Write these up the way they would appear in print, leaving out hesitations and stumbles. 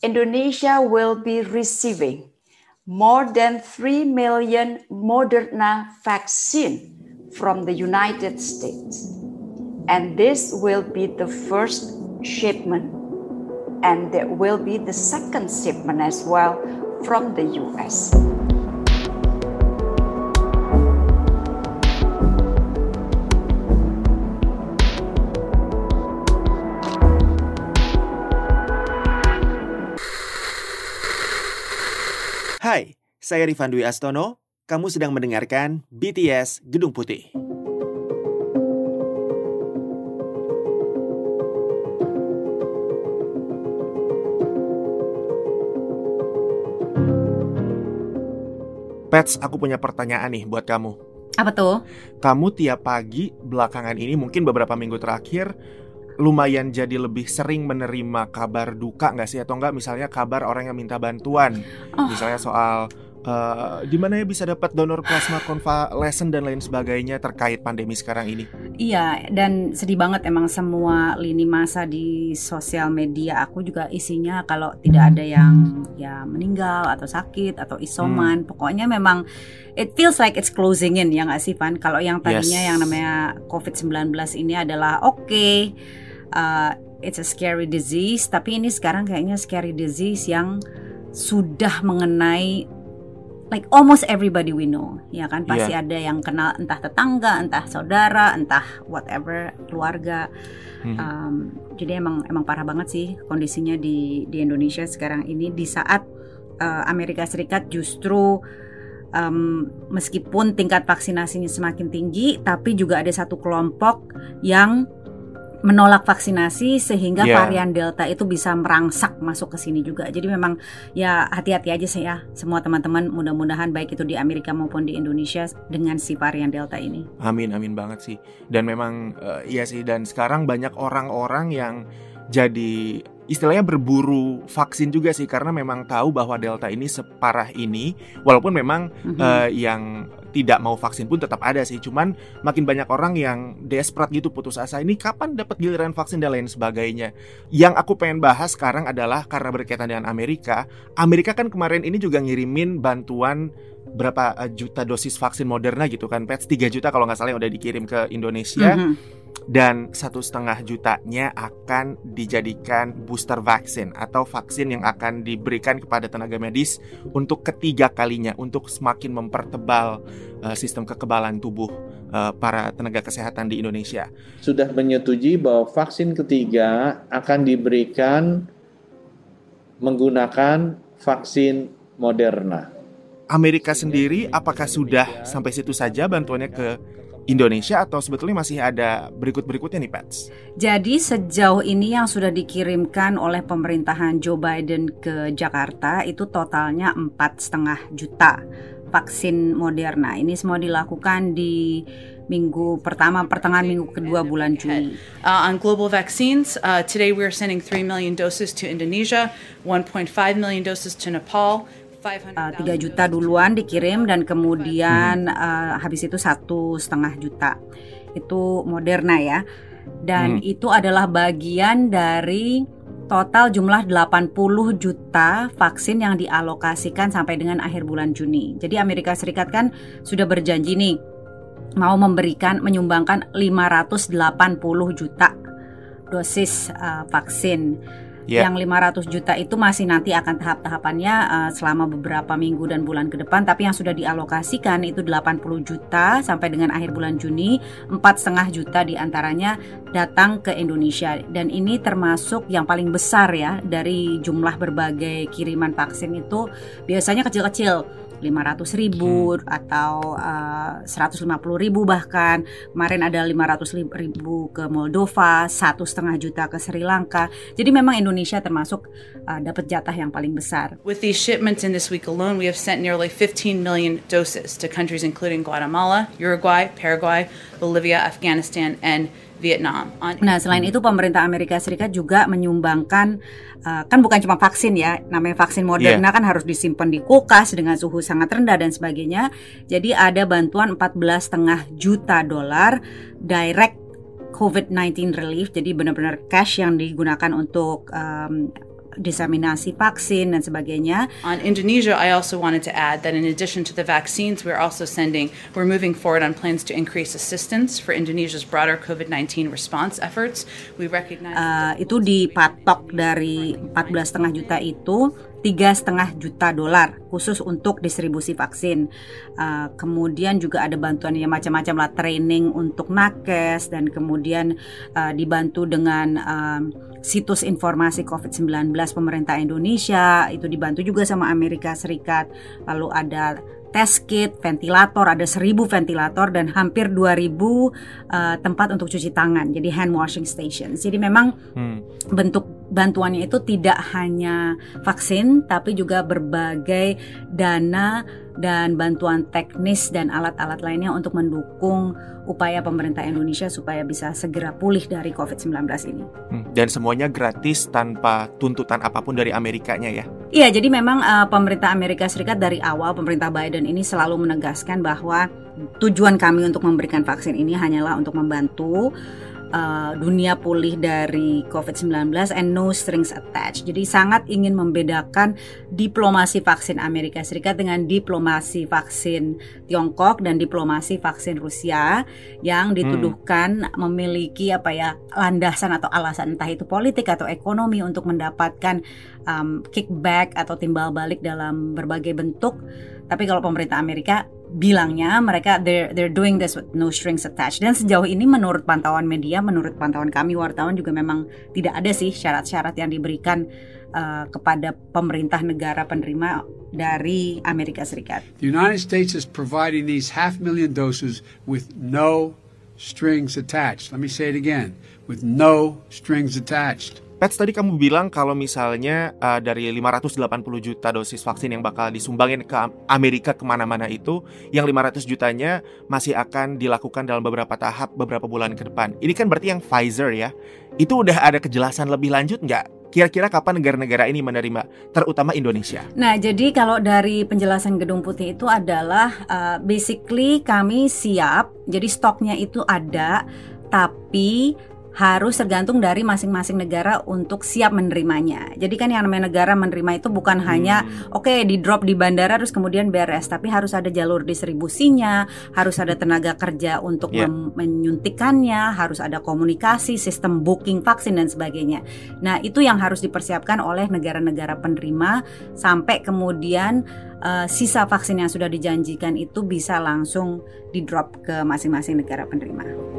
Indonesia will be receiving more than 3 million Moderna vaccine from the United States. And this will be the first shipment, and there will be the second shipment as well from the US. Hai, saya Rifan Dwi Astono. Kamu sedang mendengarkan BTS Gedung Putih. Pets, aku punya pertanyaan nih buat kamu. Apa tuh? Kamu tiap pagi belakangan ini, mungkin beberapa minggu terakhir, lumayan jadi lebih sering menerima kabar duka nggak sih? Atau nggak misalnya kabar orang yang minta bantuan. Misalnya soal di mana ya bisa dapat donor plasma konvalesen dan lain sebagainya terkait pandemi sekarang ini. Iya, dan sedih banget emang semua lini masa di sosial media aku juga isinya kalau tidak ada yang ya meninggal atau sakit atau isoman. Pokoknya memang it feels like it's closing in, ya nggak sih Van? Kalau yang tadinya yang namanya COVID-19 ini adalah it's a scary disease, tapi ini sekarang kayaknya scary disease yang sudah mengenai like almost everybody we know, ya kan? Pasti ada yang kenal, entah tetangga, entah saudara, entah whatever, keluarga. Jadi emang parah banget sih kondisinya di Indonesia sekarang ini, di saat Amerika Serikat justru meskipun tingkat vaksinasinya semakin tinggi, tapi juga ada satu kelompok yang menolak vaksinasi sehingga varian Delta itu bisa merangsek masuk ke sini juga. Jadi memang ya hati-hati aja sih ya semua teman-teman, mudah-mudahan baik itu di Amerika maupun di Indonesia dengan si varian Delta ini. Amin banget sih. Dan memang iya sih, dan sekarang banyak orang-orang yang jadi istilahnya berburu vaksin juga sih, karena memang tahu bahwa Delta ini separah ini. Walaupun memang yang tidak mau vaksin pun tetap ada sih, cuman makin banyak orang yang desperate gitu, putus asa, ini kapan dapat giliran vaksin dan lain sebagainya. Yang aku pengen bahas sekarang adalah karena berkaitan dengan Amerika kan kemarin ini juga ngirimin bantuan berapa juta dosis vaksin Moderna gitu kan, Pets, 3 juta kalau nggak salah yang udah dikirim ke Indonesia. Dan 1,5 jutanya akan dijadikan booster vaksin atau vaksin yang akan diberikan kepada tenaga medis untuk ketiga kalinya, untuk semakin mempertebal sistem kekebalan tubuh para tenaga kesehatan di Indonesia. Sudah menyetujui bahwa vaksin ketiga akan diberikan menggunakan vaksin Moderna. Amerika sendiri apakah sudah sampai situ saja bantuannya ke Indonesia atau sebetulnya masih ada berikut-berikutnya nih, Pets? Jadi sejauh ini yang sudah dikirimkan oleh pemerintahan Joe Biden ke Jakarta itu totalnya 4,5 juta vaksin Moderna. Ini semua dilakukan di minggu pertama, pertengahan minggu kedua bulan Juni. On global vaccines, today we are sending 3 million doses to Indonesia, 1.5 million doses to Nepal. 3 juta duluan dikirim dan kemudian habis itu 1,5 juta. Itu Moderna ya. Dan itu adalah bagian dari total jumlah 80 juta vaksin yang dialokasikan sampai dengan akhir bulan Juni. Jadi Amerika Serikat kan sudah berjanji nih mau menyumbangkan 580 juta dosis vaksin. Yang 500 juta itu masih nanti akan tahap-tahapannya selama beberapa minggu dan bulan ke depan. Tapi yang sudah dialokasikan itu 80 juta sampai dengan akhir bulan Juni. 4,5 juta diantaranya datang ke Indonesia. Dan ini termasuk yang paling besar ya dari jumlah berbagai kiriman vaksin itu. Biasanya kecil-kecil, 500.000 atau 150.000 bahkan. Kemarin ada 500.000 ke Moldova, 1,5 juta ke Sri Lanka. Jadi memang Indonesia termasuk dapat jatah yang paling besar. With these shipments in this week alone, we have sent nearly 15 million doses to countries including Guatemala, Uruguay, Paraguay, Bolivia, Afghanistan, and Vietnam. Nah, selain itu pemerintah Amerika Serikat juga menyumbangkan, kan bukan cuma vaksin ya, namanya vaksin Moderna kan harus disimpan di kulkas dengan suhu sangat rendah dan sebagainya. Jadi ada bantuan $14,5 juta direct COVID-19 relief, jadi benar-benar cash yang digunakan untuk diseminasi vaksin dan sebagainya. On Indonesia, I also wanted to add that in addition to the vaccines, we're moving forward on plans to increase assistance for Indonesia's broader COVID-19 response efforts. We recognize itu dipatok dari 14,5 juta itu $3,5 juta khusus untuk distribusi vaksin. Kemudian juga ada bantuan yang macam-macam lah, training untuk nakes, dan kemudian dibantu dengan situs informasi COVID-19 pemerintah Indonesia, itu dibantu juga sama Amerika Serikat. Lalu ada test kit, ventilator, ada 1.000 ventilator dan hampir 2.000 tempat untuk cuci tangan, jadi hand washing stations. Jadi memang bentuk bantuannya itu tidak hanya vaksin, tapi juga berbagai dana dan bantuan teknis dan alat-alat lainnya untuk mendukung upaya pemerintah Indonesia supaya bisa segera pulih dari COVID-19 ini. Dan semuanya gratis tanpa tuntutan apapun dari Amerikanya ya? Iya, jadi memang pemerintah Amerika Serikat dari awal, pemerintah Biden ini selalu menegaskan bahwa tujuan kami untuk memberikan vaksin ini hanyalah untuk membantu dunia pulih dari COVID-19 and no strings attached. Jadi sangat ingin membedakan diplomasi vaksin Amerika Serikat dengan diplomasi vaksin Tiongkok dan diplomasi vaksin Rusia yang dituduhkan memiliki landasan atau alasan entah itu politik atau ekonomi untuk mendapatkan kickback atau timbal balik dalam berbagai bentuk. Tapi kalau pemerintah Amerika bilangnya mereka they're doing this with no strings attached. Dan sejauh ini menurut pantauan media, menurut pantauan kami wartawan juga memang tidak ada sih syarat-syarat yang diberikan kepada pemerintah negara penerima dari Amerika Serikat. The United States is providing these 500,000 doses with no strings attached. Let me say it again, with no strings attached. Pets, tadi kamu bilang kalau misalnya dari 580 juta dosis vaksin yang bakal disumbangin ke Amerika kemana-mana itu, yang 500 jutanya masih akan dilakukan dalam beberapa tahap beberapa bulan ke depan. Ini kan berarti yang Pfizer ya. Itu udah ada kejelasan lebih lanjut nggak? Kira-kira kapan negara-negara ini menerima, terutama Indonesia? Nah, jadi kalau dari penjelasan Gedung Putih itu adalah basically kami siap, jadi stoknya itu ada, tapi harus tergantung dari masing-masing negara untuk siap menerimanya. Jadi kan yang namanya negara menerima itu bukan hanya di drop di bandara terus kemudian beres, tapi harus ada jalur distribusinya, harus ada tenaga kerja untuk menyuntikannya, harus ada komunikasi, sistem booking vaksin dan sebagainya. Nah, itu yang harus dipersiapkan oleh negara-negara penerima sampai kemudian sisa vaksin yang sudah dijanjikan itu bisa langsung di drop ke masing-masing negara penerima.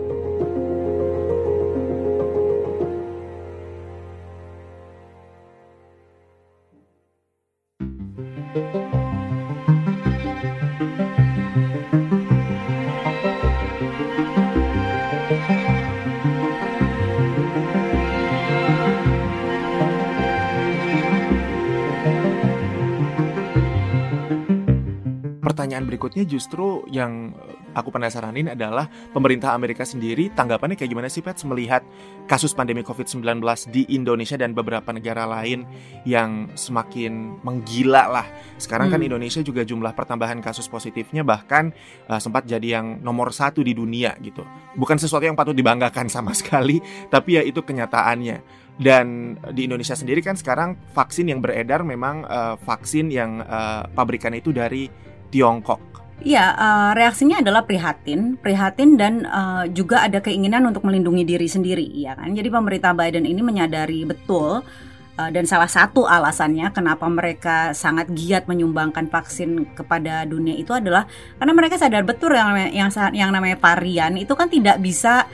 Pertanyaan berikutnya justru yang aku penasaranin adalah pemerintah Amerika sendiri tanggapannya kayak gimana sih, Pets, melihat kasus pandemi COVID-19 di Indonesia dan beberapa negara lain yang semakin menggila lah. Sekarang kan Indonesia juga jumlah pertambahan kasus positifnya bahkan sempat jadi yang nomor 1 di dunia gitu. Bukan sesuatu yang patut dibanggakan sama sekali, tapi ya itu kenyataannya. Dan di Indonesia sendiri kan sekarang vaksin yang beredar memang vaksin yang pabrikannya itu dari Tiongkok. Ya, reaksinya adalah prihatin dan juga ada keinginan untuk melindungi diri sendiri, ya kan? Jadi pemerintah Biden ini menyadari betul dan salah satu alasannya kenapa mereka sangat giat menyumbangkan vaksin kepada dunia itu adalah karena mereka sadar betul yang namanya varian itu kan tidak bisa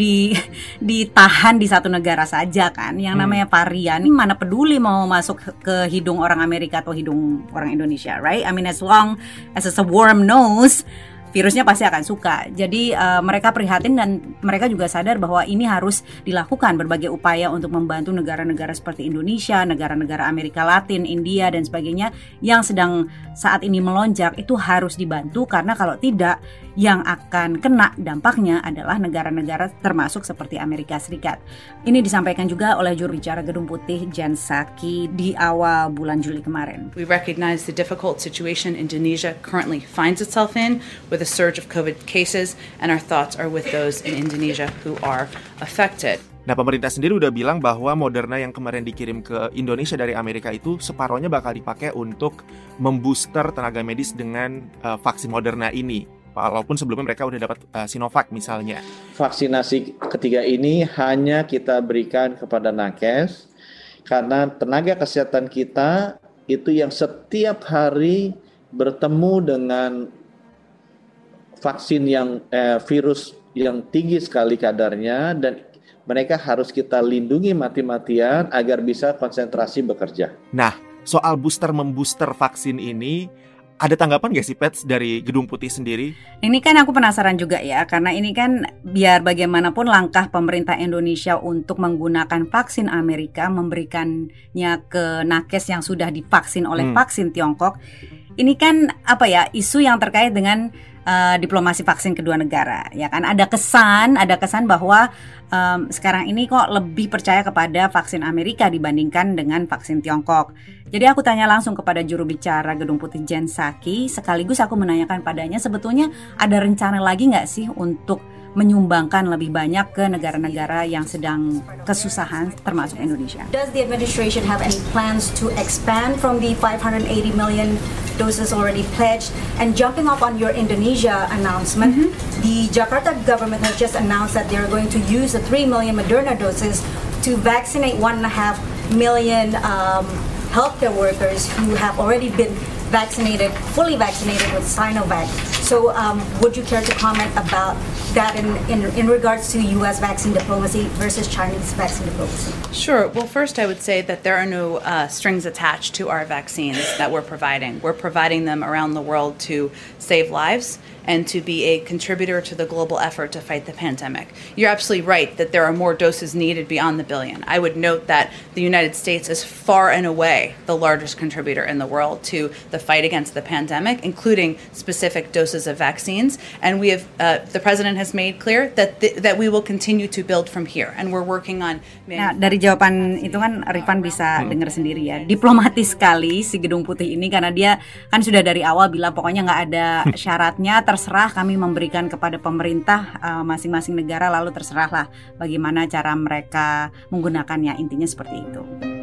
ditahan di satu negara saja kan. Yang namanya varian mana peduli mau masuk ke hidung orang Amerika atau hidung orang Indonesia, right? I mean as long as a worm knows, virusnya pasti akan suka. Jadi mereka prihatin dan mereka juga sadar bahwa ini harus dilakukan berbagai upaya untuk membantu negara-negara seperti Indonesia, negara-negara Amerika Latin, India dan sebagainya yang sedang saat ini melonjak itu harus dibantu karena kalau tidak yang akan kena dampaknya adalah negara-negara termasuk seperti Amerika Serikat. Ini disampaikan juga oleh juru bicara Gedung Putih Jen Psaki di awal bulan Juli kemarin. We recognize the difficult situation Indonesia currently finds itself in with a surge of COVID cases, and our thoughts are with those in Indonesia who are affected. Nah, pemerintah sendiri udah bilang bahwa Moderna yang kemarin dikirim ke Indonesia dari Amerika itu separohnya bakal dipakai untuk membooster tenaga medis dengan vaksin Moderna ini. Walaupun sebelumnya mereka udah dapat Sinovac misalnya. Vaksinasi ketiga ini hanya kita berikan kepada nakes karena tenaga kesehatan kita itu yang setiap hari bertemu dengan vaksin yang virus yang tinggi sekali kadarnya dan mereka harus kita lindungi mati-matian agar bisa konsentrasi bekerja. Nah, soal membooster vaksin ini, ada tanggapan nggak sih, Pets, dari Gedung Putih sendiri? Ini kan aku penasaran juga ya, karena ini kan biar bagaimanapun langkah pemerintah Indonesia untuk menggunakan vaksin Amerika, memberikannya ke nakes yang sudah divaksin oleh vaksin Tiongkok. Ini kan isu yang terkait dengan diplomasi vaksin kedua negara, ya kan? Ada kesan bahwa sekarang ini kok lebih percaya kepada vaksin Amerika dibandingkan dengan vaksin Tiongkok. Jadi aku tanya langsung kepada juru bicara Gedung Putih Jen Psaki, sekaligus aku menanyakan padanya sebetulnya ada rencana lagi nggak sih untuk menyumbangkan lebih banyak ke negara-negara yang sedang kesusahan termasuk Indonesia. Does the administration have any plans to expand from the 580 million doses already pledged? And jumping up on your Indonesia announcement, the Jakarta government has just announced that they're going to use the 3 million Moderna doses to vaccinate 1.5 million healthcare workers who have already been fully vaccinated with Sinovac. So would you care to comment about that in regards to U.S. vaccine diplomacy versus Chinese vaccine diplomacy? Sure. Well, first I would say that there are no strings attached to our vaccines that we're providing. We're providing them around the world to save lives and to be a contributor to the global effort to fight the pandemic. You're absolutely right that there are more doses needed beyond the billion. I would note that the United States is far and away the largest contributor in the world to the fight against the pandemic, including specific doses of vaccines. And we have, the president has made clear that we will continue to build from here. And we're working on... Nah, dari jawaban itu kan Rifan bisa dengar sendiri ya. Diplomatis sekali si Gedung Putih ini karena dia kan sudah dari awal bilang pokoknya nggak ada syaratnya, terserah kami memberikan kepada pemerintah masing-masing negara, lalu terserahlah bagaimana cara mereka menggunakannya, intinya seperti itu.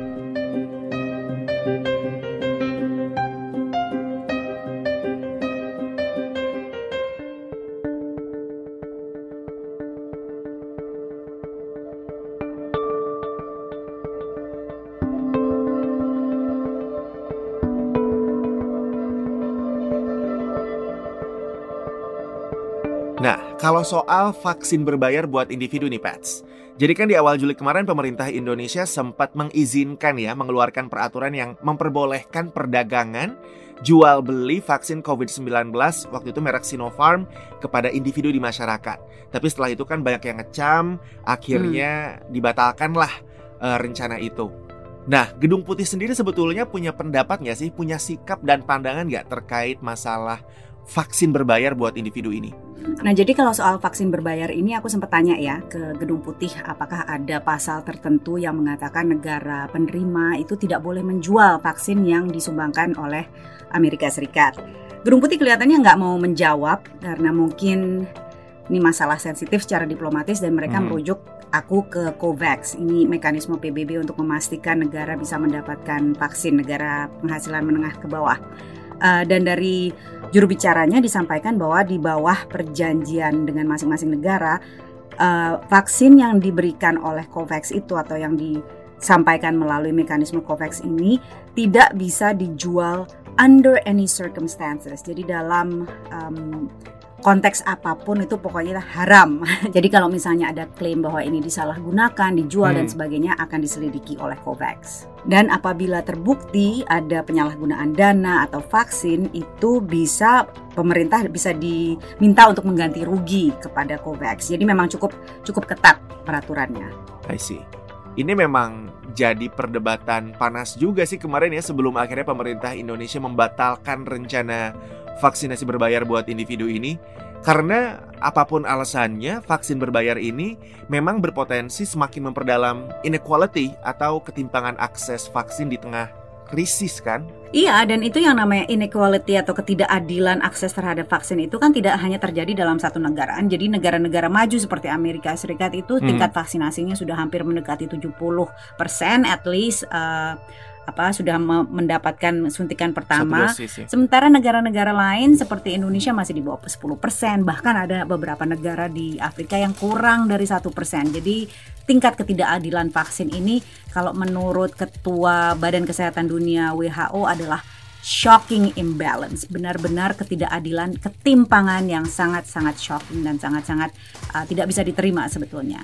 Nah, kalau soal vaksin berbayar buat individu nih, Pets. Jadi kan di awal Juli kemarin pemerintah Indonesia sempat mengizinkan mengeluarkan peraturan yang memperbolehkan perdagangan jual beli vaksin COVID-19 waktu itu merek Sinopharm kepada individu di masyarakat. Tapi setelah itu kan banyak yang ngecam, akhirnya dibatalkanlah rencana itu. Nah, Gedung Putih sendiri sebetulnya punya pendapat nggak sih, punya sikap dan pandangan nggak terkait masalah vaksin berbayar buat individu ini? Nah, jadi kalau soal vaksin berbayar ini aku sempat tanya ya ke Gedung Putih, apakah ada pasal tertentu yang mengatakan negara penerima itu tidak boleh menjual vaksin yang disumbangkan oleh Amerika Serikat. Gedung Putih kelihatannya nggak mau menjawab karena mungkin ini masalah sensitif secara diplomatis dan mereka merujuk aku ke COVAX. Ini mekanisme PBB untuk memastikan negara bisa mendapatkan vaksin, negara penghasilan menengah ke bawah. Dan dari juru bicaranya disampaikan bahwa di bawah perjanjian dengan masing-masing negara, vaksin yang diberikan oleh COVAX itu atau yang disampaikan melalui mekanisme COVAX ini tidak bisa dijual under any circumstances. Jadi dalam konteks apapun itu pokoknya haram. Jadi kalau misalnya ada klaim bahwa ini disalahgunakan, dijual dan sebagainya akan diselidiki oleh COVAX. Dan apabila terbukti ada penyalahgunaan dana atau vaksin, itu pemerintah bisa diminta untuk mengganti rugi kepada COVAX. Jadi memang cukup ketat peraturannya. I see. Ini memang jadi perdebatan panas juga sih kemarin ya sebelum akhirnya pemerintah Indonesia membatalkan rencana vaksinasi berbayar buat individu ini. Karena apapun alasannya, vaksin berbayar ini memang berpotensi semakin memperdalam inequality atau ketimpangan akses vaksin di tengah krisis kan? Iya, dan itu yang namanya inequality atau ketidakadilan akses terhadap vaksin itu kan tidak hanya terjadi dalam satu negara. Jadi negara-negara maju seperti Amerika Serikat itu tingkat vaksinasinya sudah hampir mendekati 70% at least sudah mendapatkan suntikan pertama. Dosis, ya. Sementara negara-negara lain seperti Indonesia masih di bawah 10%, bahkan ada beberapa negara di Afrika yang kurang dari 1%. Jadi tingkat ketidakadilan vaksin ini kalau menurut Ketua Badan Kesehatan Dunia WHO adalah shocking imbalance, benar-benar ketidakadilan, ketimpangan yang sangat-sangat shocking dan sangat-sangat tidak bisa diterima sebetulnya.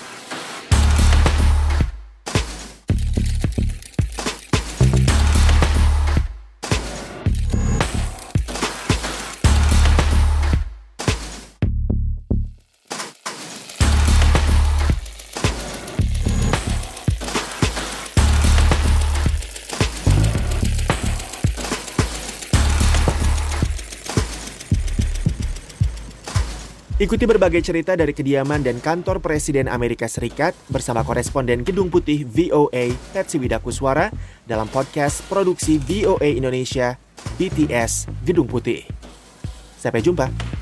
Ikuti berbagai cerita dari kediaman dan kantor Presiden Amerika Serikat bersama koresponden Gedung Putih VOA Tetsi Widakuswara dalam podcast produksi VOA Indonesia BTS Gedung Putih. Sampai jumpa.